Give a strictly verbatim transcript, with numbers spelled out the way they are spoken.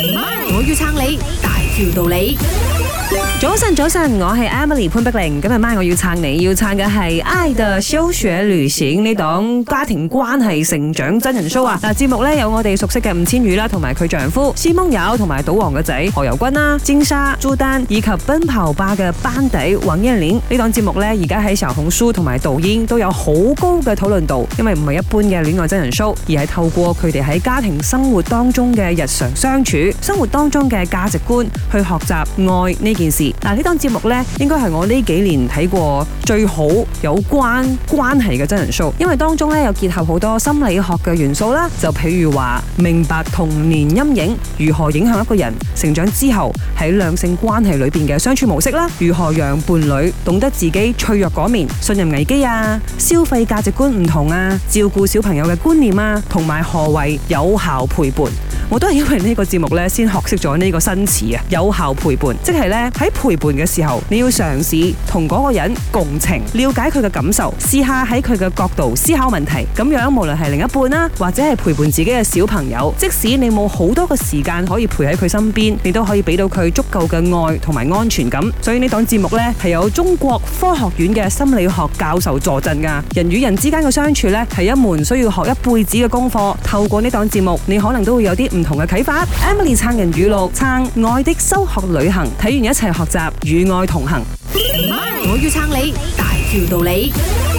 我要撐你，大條道理。 早晨，早晨，我係 Emily 潘碧玲。今日晚我要撐你，要撐嘅係《愛的休學旅行》呢檔家庭關係成長真人 show 啊！嗱，節目咧有我哋熟悉嘅吳千語啦，同埋佢丈夫施夢友，同埋賭王嘅仔何猷君啦、金莎、朱丹以及奔跑吧嘅班底王彦霖。呢檔節目咧而家喺小紅書同埋抖音都有好高嘅討論度，因為唔係一般嘅戀愛真人 show， 而係透過佢哋喺家庭生活當中嘅日常相處、生活當中嘅價值觀去學習愛呢件事。嗱，呢檔節目呢應該係我呢幾年睇過最好有關關係嘅真人 show， 因為當中呢有結合好多心理學嘅元素啦，就譬如話明白童年陰影如何影響一個人成長之後喺兩性關係裏邊嘅相處模式啦，如何讓伴侶懂得自己脆弱嗰面、信任危機啊、消費價值觀唔同啊、照顧小朋友嘅觀念啊，同埋何謂有效陪伴。我都係因為呢個節目咧，先學識咗呢個新詞啊！有效陪伴，即係咧喺陪伴嘅時候，你要嘗試同嗰個人共情，了解佢嘅感受，試下喺佢嘅角度思考問題。咁樣無論係另一半啦，或者係陪伴自己嘅小朋友，即使你冇好多嘅時間可以陪喺佢身邊，你都可以俾到佢足夠嘅愛同埋安全感。所以呢檔節目咧係有中國科學院嘅心理學教授助陣噶。人與人之間嘅相處咧係一門需要學一輩子嘅功課。透過呢檔節目，你可能都會有啲唔同嘅啟發。Emily 撐人語錄，撐愛的修學旅行，睇完一齊學習與愛同行。 我要撐你，大條道理。